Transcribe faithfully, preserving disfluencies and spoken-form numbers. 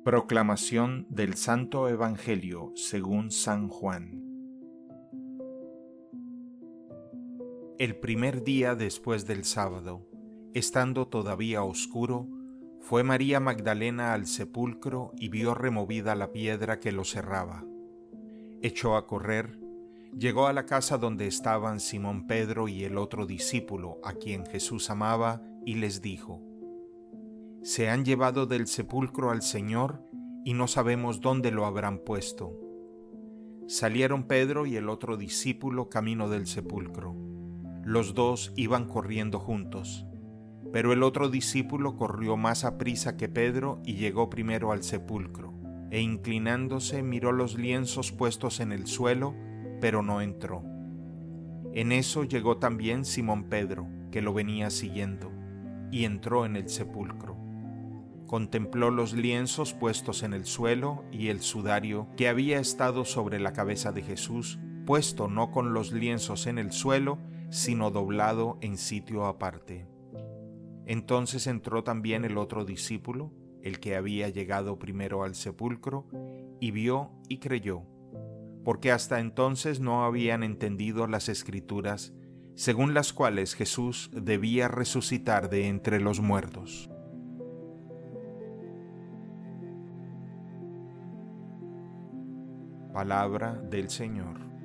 Proclamación del Santo Evangelio según San Juan. El primer día después del sábado, estando todavía oscuro, fue María Magdalena al sepulcro y vio removida la piedra que lo cerraba. Echó a correr, llegó a la casa donde estaban Simón Pedro y el otro discípulo a quien Jesús amaba, y les dijo: Se han llevado del sepulcro al Señor y no sabemos dónde lo habrán puesto. Salieron Pedro y el otro discípulo camino del sepulcro. Los dos iban corriendo juntos, pero el otro discípulo corrió más aprisa que Pedro y llegó primero al sepulcro, e inclinándose miró los lienzos puestos en el suelo, pero no entró. En eso llegó también Simón Pedro, que lo venía siguiendo, y entró en el sepulcro. Contempló los lienzos puestos en el suelo y el sudario que había estado sobre la cabeza de Jesús, puesto no con los lienzos en el suelo, sino doblado en sitio aparte. Entonces entró también el otro discípulo, el que había llegado primero al sepulcro, y vio y creyó, porque hasta entonces no habían entendido las Escrituras, según las cuales Jesús debía resucitar de entre los muertos. Palabra del Señor.